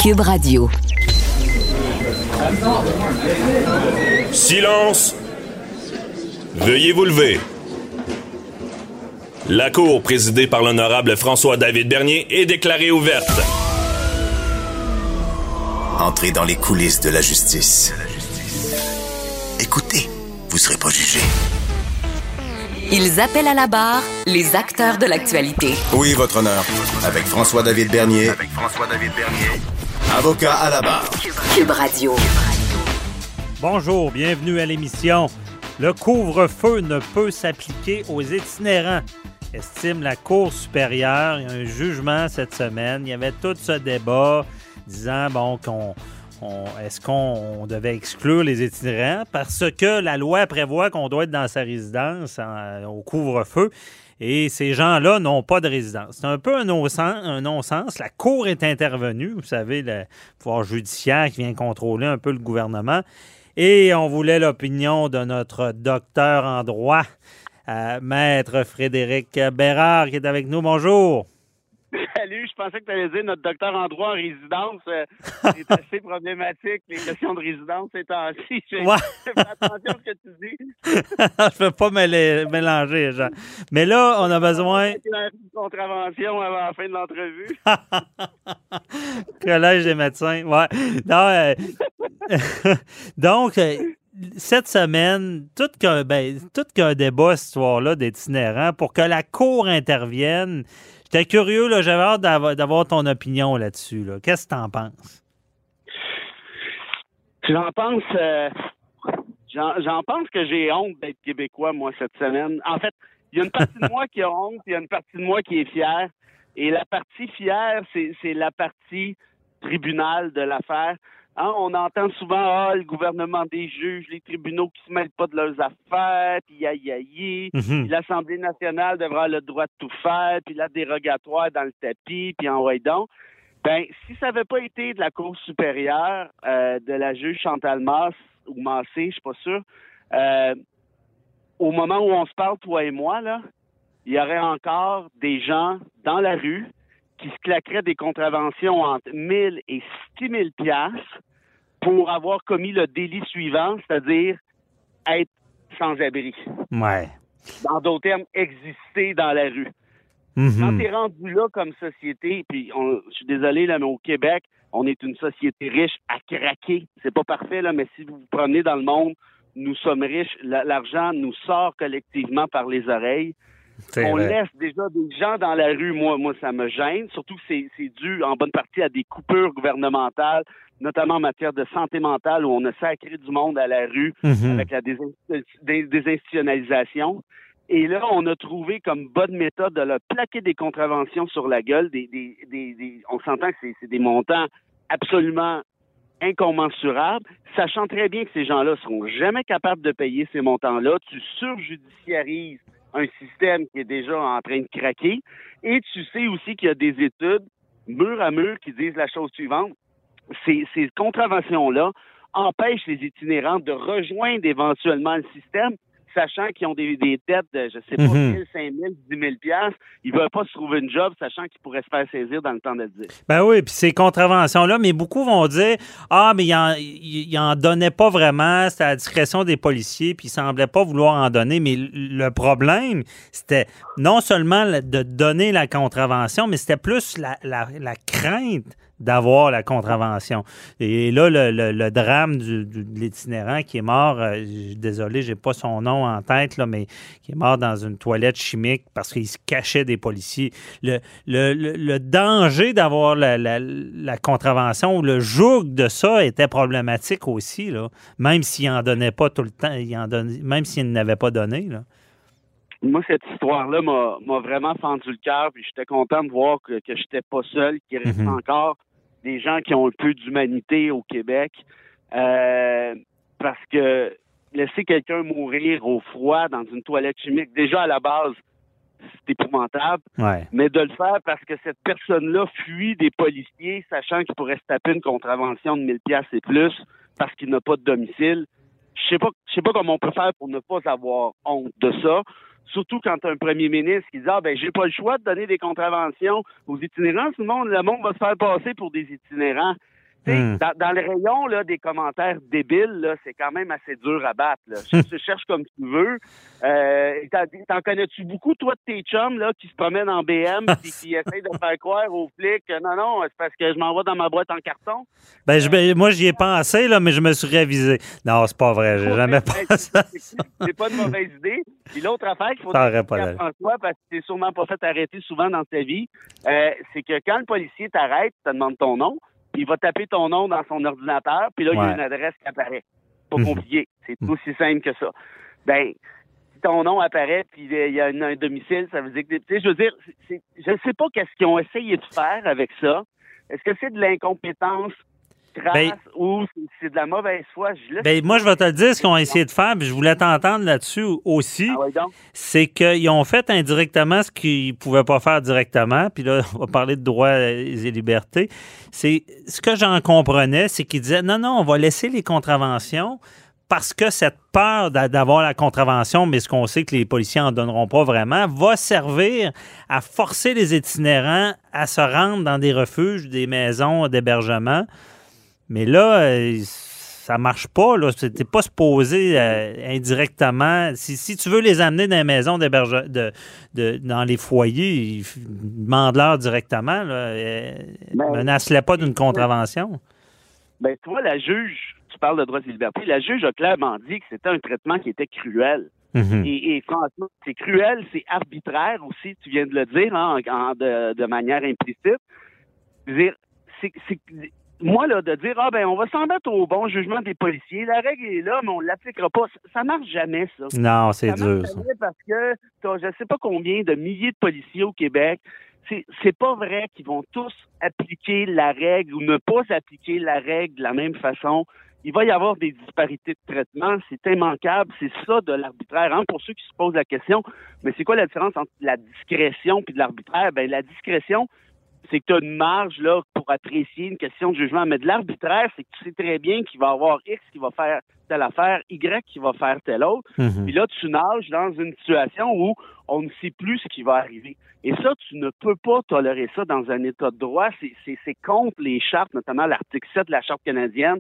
Cube Radio. Silence! Veuillez vous lever. La cour, présidée par l'honorable François-David Bernier, est déclarée ouverte. Entrez dans les coulisses de la justice. Écoutez, vous serez pas jugé. Ils appellent à la barre les acteurs de l'actualité. Oui, votre honneur. Avec François-David Bernier. Avocat à la barre. Cube Radio. Bonjour, bienvenue à l'émission. Le couvre-feu ne peut s'appliquer aux itinérants, estime la Cour supérieure. Il y a un jugement cette semaine. Il y avait tout ce débat disant est-ce qu'on devait exclure les itinérants parce que la loi prévoit qu'on doit être dans sa résidence au couvre-feu et ces gens-là n'ont pas de résidence. C'est un peu un non-sens. La Cour est intervenue, vous savez, le pouvoir judiciaire qui vient contrôler un peu le gouvernement. Et on voulait l'opinion de notre docteur en droit, Maître Frédéric Bérard, qui est avec nous. Bonjour. Salut, je pensais que tu allais dire notre docteur en droit en résidence. C'est assez problématique, les questions de résidence ces temps-ci. Fais attention à ce que tu dis. Je peux pas mélanger, Jean. Mais là, on a besoin... Une contravention avant la fin de l'entrevue. Collège des médecins, ouais. Non, donc... cette semaine, tout qu'un débat, cette histoire-là d'itinérants, pour que la Cour intervienne, j'étais curieux, là, j'avais hâte d'avoir ton opinion là-dessus. Là. Qu'est-ce que tu en penses? J'en pense que j'ai honte d'être québécois, moi, cette semaine. En fait, il y a une partie de moi qui a honte, il y a une partie de moi qui est fière. Et la partie fière, c'est la partie tribunal de l'affaire. Hein, on entend souvent le gouvernement des juges, les tribunaux qui se mêlent pas de leurs affaires, puis puis l'Assemblée nationale devra avoir le droit de tout faire, puis la dérogatoire dans le tapis, puis en donc. Ben, si ça n'avait pas été de la Cour supérieure, de la juge Chantal Masse ou Massé, je suis pas sûr, au moment où on se parle, toi et moi, là, il y aurait encore des gens dans la rue qui se claqueraient des contraventions entre 1 000 et 6 000 piastres pour avoir commis le délit suivant, c'est-à-dire être sans-abri. Ouais. Dans d'autres termes, exister dans la rue. Quand t'es rendu là comme société, puis je suis désolé, là, mais au Québec, on est une société riche à craquer. C'est pas parfait, là, mais si vous vous promenez dans le monde, nous sommes riches. L'argent nous sort collectivement par les oreilles. On laisse déjà des gens dans la rue. Moi, ça me gêne. Surtout que c'est dû en bonne partie à des coupures gouvernementales, notamment en matière de santé mentale, où on a sacré du monde à la rue avec la désinstitutionnalisation. Et là, on a trouvé comme bonne méthode de leur plaquer des contraventions sur la gueule. On s'entend que c'est des montants absolument incommensurables, sachant très bien que ces gens-là seront jamais capables de payer ces montants-là. Tu surjudiciarises un système qui est déjà en train de craquer. Et tu sais aussi qu'il y a des études, mur à mur, qui disent la chose suivante. Ces contraventions-là empêchent les itinérants de rejoindre éventuellement le système, sachant qu'ils ont des dettes de, je sais pas, 1 000, 5 000, 10 000 piastres. Ils ne veulent pas se trouver une job, sachant qu'ils pourraient se faire saisir dans le temps de le dire. Ben oui, puis ces contraventions-là, mais beaucoup vont dire « Ah, mais il en donnait pas vraiment, c'était à la discrétion des policiers, puis il semblait pas vouloir en donner. » Mais le problème, c'était non seulement de donner la contravention, mais c'était plus la crainte d'avoir la contravention. Et là, le drame de l'itinérant qui est mort, désolé, j'ai pas son nom en tête, là, mais qui est mort dans une toilette chimique parce qu'il se cachait des policiers. Le danger d'avoir la contravention, le joug de ça était problématique aussi, là, même s'il n'en donnait pas tout le temps, même s'il n'avait pas donné, là. Moi, cette histoire-là m'a vraiment fendu le cœur, puis j'étais content de voir que j'étais pas seul, qu'il reste encore des gens qui ont un peu d'humanité au Québec, parce que laisser quelqu'un mourir au froid dans une toilette chimique, déjà à la base, c'est épouvantable, mais de le faire parce que cette personne-là fuit des policiers, sachant qu'il pourrait se taper une contravention de 1 000 piastres et plus parce qu'il n'a pas de domicile. Je sais pas comment on peut faire pour ne pas avoir honte de ça. surtout quand tu as un premier ministre qui dit « Ah, ben, j'ai pas le choix de donner des contraventions aux itinérants, sinon le monde va se faire passer pour des itinérants. » Dans le rayon là, des commentaires débiles, là, c'est quand même assez dur à battre. Là. Cherche comme tu veux. T'en connais-tu beaucoup, toi, de tes chums là, qui se promènent en BM et qui essayent de faire croire aux flics que non, c'est parce que je m'en vais dans ma boîte en carton? Moi, j'y ai pensé, là, mais je me suis révisé. Non, c'est pas vrai. J'ai jamais pensé à ça. C'est pas une mauvaise idée. Puis l'autre affaire qu'il faut dire à François, parce que t'es sûrement pas fait arrêter souvent dans ta vie, c'est que quand le policier t'arrête, tu te demande ton nom, puis il va taper ton nom dans son ordinateur, puis là, il y a une adresse qui apparaît. Pas compliqué. C'est aussi simple que ça. Ben, si ton nom apparaît, puis il y a un domicile, ça veut dire que... Tu sais, je veux dire, je ne sais pas qu'est-ce qu'ils ont essayé de faire avec ça. Est-ce que c'est de l'incompétence crasse ou c'est de la mauvaise foi? Moi, je vais te le dire ce qu'ils ont essayé de faire, puis je voulais t'entendre là-dessus aussi. Ah ouais, donc? C'est qu'ils ont fait indirectement ce qu'ils ne pouvaient pas faire directement. Puis là, on va parler de droits et libertés. C'est ce que j'en comprenais, c'est qu'ils disaient non, on va laisser les contraventions parce que cette peur d'avoir la contravention, mais ce qu'on sait que les policiers n'en donneront pas vraiment, va servir à forcer les itinérants à se rendre dans des refuges, des maisons d'hébergement. Mais là, ça marche pas. Là. T'es pas supposé indirectement. Si tu veux les amener dans les maisons dans les foyers, demande-leur directement. Menace-les pas d'une contravention. Ben, toi, la juge, tu parles de droits et libertés, la juge a clairement dit que c'était un traitement qui était cruel. Mm-hmm. Et franchement, c'est cruel, c'est arbitraire aussi, tu viens de le dire, hein, de manière implicite. Je veux dire, moi, là, de dire, on va s'en mettre au bon jugement des policiers, la règle est là, mais on ne l'appliquera pas. Ça marche jamais, ça. Non, c'est dur, ça. Parce que t'as je sais pas combien de milliers de policiers au Québec. C'est pas vrai qu'ils vont tous appliquer la règle ou ne pas appliquer la règle de la même façon. Il va y avoir des disparités de traitement, c'est immanquable, c'est ça de l'arbitraire. Hein, pour ceux qui se posent la question, mais c'est quoi la différence entre la discrétion et de l'arbitraire? Ben, la discrétion, c'est que tu as une marge là pour apprécier une question de jugement. Mais de l'arbitraire, c'est que tu sais très bien qu'il va y avoir X qui va faire telle affaire, Y qui va faire telle autre. Mm-hmm. Puis là, tu nages dans une situation où on ne sait plus ce qui va arriver. Et ça, tu ne peux pas tolérer ça dans un état de droit. C'est contre les chartes, notamment l'article 7 de la Charte canadienne.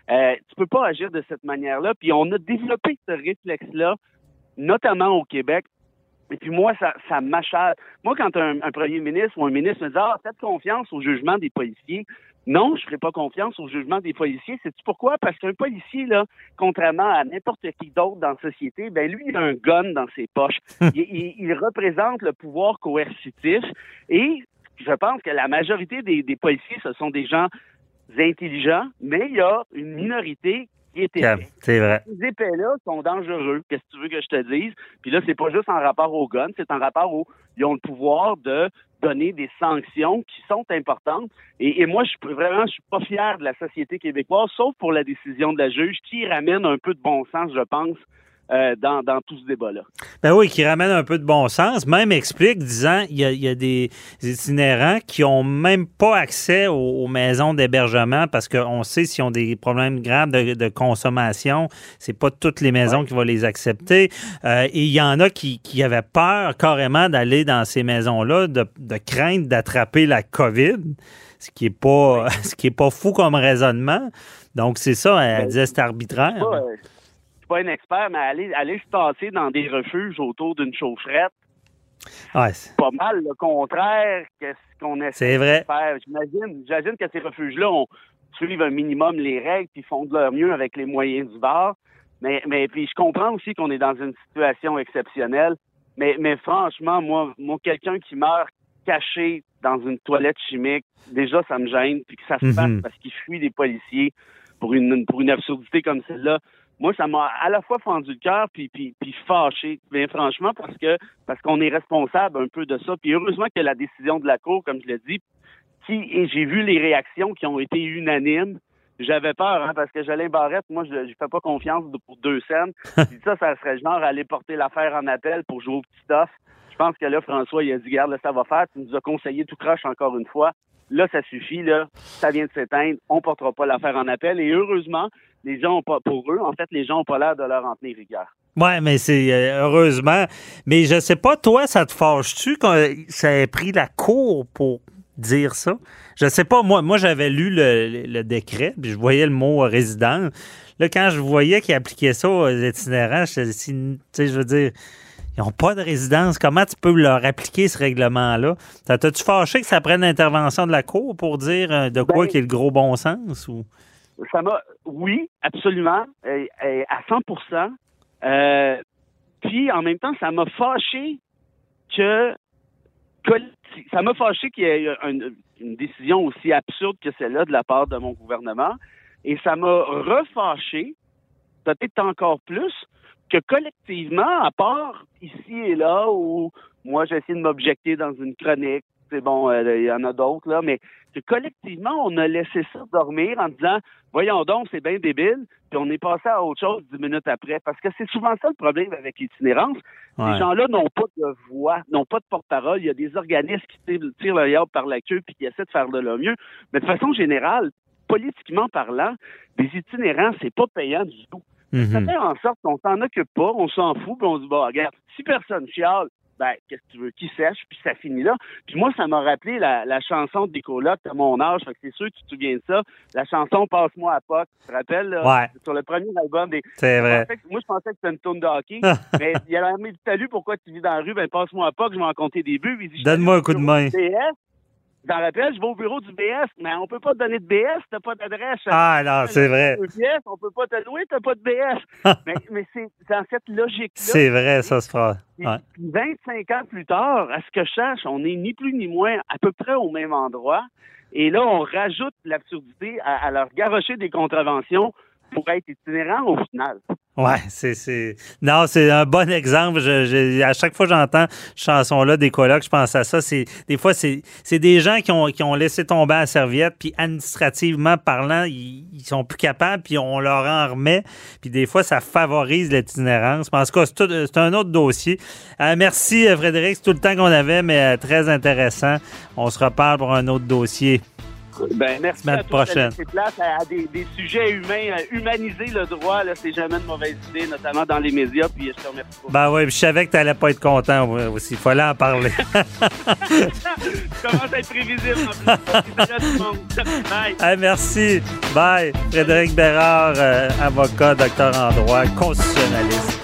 Tu peux pas agir de cette manière-là. Puis on a développé ce réflexe-là, notamment au Québec. Et puis moi, ça m'achale. Moi, quand un premier ministre ou un ministre me dit « faites confiance au jugement des policiers », non, je ne ferai pas confiance au jugement des policiers. Sais-tu pourquoi? Parce qu'un policier, là, contrairement à n'importe qui d'autre dans la société, ben lui, il a un gun dans ses poches. Il représente le pouvoir coercitif. Et je pense que la majorité des policiers, ce sont des gens intelligents, mais il y a une minorité qui est épais. C'est vrai. Ces épais-là sont dangereux. Qu'est-ce que tu veux que je te dise? Puis là, c'est pas juste en rapport au gun, c'est en rapport où ils ont le pouvoir de donner des sanctions qui sont importantes. Et moi, je suis pas fier de la société québécoise, sauf pour la décision de la juge qui ramène un peu de bon sens, je pense, dans tout ce débat-là. Ben oui, qui ramène un peu de bon sens. Même explique, disant, il y a des itinérants qui ont même pas accès aux maisons d'hébergement parce qu'on sait s'ils ont des problèmes graves de consommation, c'est pas toutes les maisons qui vont les accepter. Et il y en a qui avaient peur carrément d'aller dans ces maisons-là, de craindre d'attraper la COVID, ce qui est pas fou comme raisonnement. Donc c'est ça, elle disait c'est arbitraire. Pas un expert, mais aller se tasser dans des refuges autour d'une chaufferette, c'est pas mal le contraire que ce qu'on essaie de faire. J'imagine que ces refuges-là suivent un minimum les règles puis font de leur mieux avec les moyens du bord. Mais puis je comprends aussi qu'on est dans une situation exceptionnelle. Mais franchement, moi quelqu'un qui meurt caché dans une toilette chimique, déjà ça me gêne, puis que ça se passe parce qu'il fuit des policiers pour une absurdité comme celle-là. Moi, ça m'a à la fois fendu le cœur puis fâché, bien franchement, parce qu'on est responsable un peu de ça. Puis heureusement que la décision de la Cour, comme je l'ai dit, et j'ai vu les réactions qui ont été unanimes. J'avais peur, parce que Jolin Barrette, moi, je fais pas confiance pour 2 scènes. Ça serait genre aller porter l'affaire en appel pour jouer au petit stuff. Je pense que là, François, il a dit, regarde, là, ça va faire. Tu nous as conseillé tout croche encore une fois. Là, ça suffit, là. Ça vient de s'éteindre. On portera pas l'affaire en appel. Et heureusement, les gens ont pas, pour eux, en fait, les gens ont pas l'air de leur en tenir rigueur. Oui, mais c'est heureusement. Mais je sais pas, toi, ça te fâche-tu quand ça ait pris la cour pour dire ça? Je sais pas, moi j'avais lu le décret, puis je voyais le mot résidence. Là, quand je voyais qu'ils appliquaient ça aux itinérants, je veux dire, ils n'ont pas de résidence. Comment tu peux leur appliquer ce règlement-là? T'as-tu fâché que ça prenne l'intervention de la cour pour dire de quoi qu'il y ait le gros bon sens? Ou? Oui, absolument, à 100%. Puis, en même temps, ça m'a fâché qu'il y ait une décision aussi absurde que celle-là de la part de mon gouvernement. Et ça m'a refâché, peut-être encore plus, que collectivement, à part ici et là, où moi, j'ai essayé de m'objecter dans une chronique, c'est bon, il y en a d'autres, là, mais que collectivement, on a laissé ça dormir en disant, voyons donc, c'est bien débile, puis on est passé à autre chose 10 minutes après. Parce que c'est souvent ça le problème avec l'itinérance. Ouais. Ces gens-là n'ont pas de voix, n'ont pas de porte-parole. Il y a des organismes qui tirent le diable par la queue puis qui essaient de faire de leur mieux. Mais de façon générale, politiquement parlant, les itinérants, c'est pas payant du tout. Ça fait en sorte qu'on s'en occupe pas, on s'en fout, puis on se dit, bon, regarde, si personne chiale, ben, qu'est-ce que tu veux, qui sèche, puis ça finit là. Puis moi, ça m'a rappelé la chanson des colocs à mon âge, fait que c'est sûr que tu te souviens de ça. La chanson Passe-moi à POC, tu te rappelles, là? Ouais. Sur le premier album des... C'est vrai. Moi, je pensais que c'était une tourne de hockey, mais il y a l'armée du salut, pourquoi tu vis dans la rue? Ben, passe-moi à POC, je vais en compter des buts. Donne-moi un coup de main. Je t'en rappelle, je vais au bureau du BS, mais on peut pas te donner de BS, t'as pas d'adresse. Ah non, c'est vrai. On peut pas te louer, t'as pas de BS. mais c'est dans cette logique-là. C'est vrai, ça se fera. Ouais. Puis 25 ans plus tard, à ce que je sache, on est ni plus ni moins à peu près au même endroit. Et là, on rajoute l'absurdité à leur garrocher des contraventions pour être itinérant au final. Ouais, Non, c'est un bon exemple. À chaque fois que j'entends cette chanson-là des colocs, je pense à ça. Des fois, c'est des gens qui ont laissé tomber la serviette, puis administrativement parlant, ils sont plus capables, puis on leur en remet. Puis des fois, ça favorise l'itinérance. En tout cas, c'est un autre dossier. Merci, Frédéric. C'est tout le temps qu'on avait, mais très intéressant. On se reparle pour un autre dossier. Ben, merci à toi de laisser place à des sujets humains. Humaniser le droit, là, c'est jamais une mauvaise idée, notamment dans les médias. Puis je te remercie pour ça. Ben oui, je savais que tu n'allais pas être content aussi. Il fallait en parler. Je commence à être prévisible. Salut à tout le monde. Bye. Hey, merci. Bye. Frédéric Bérard, avocat, docteur en droit, constitutionnaliste.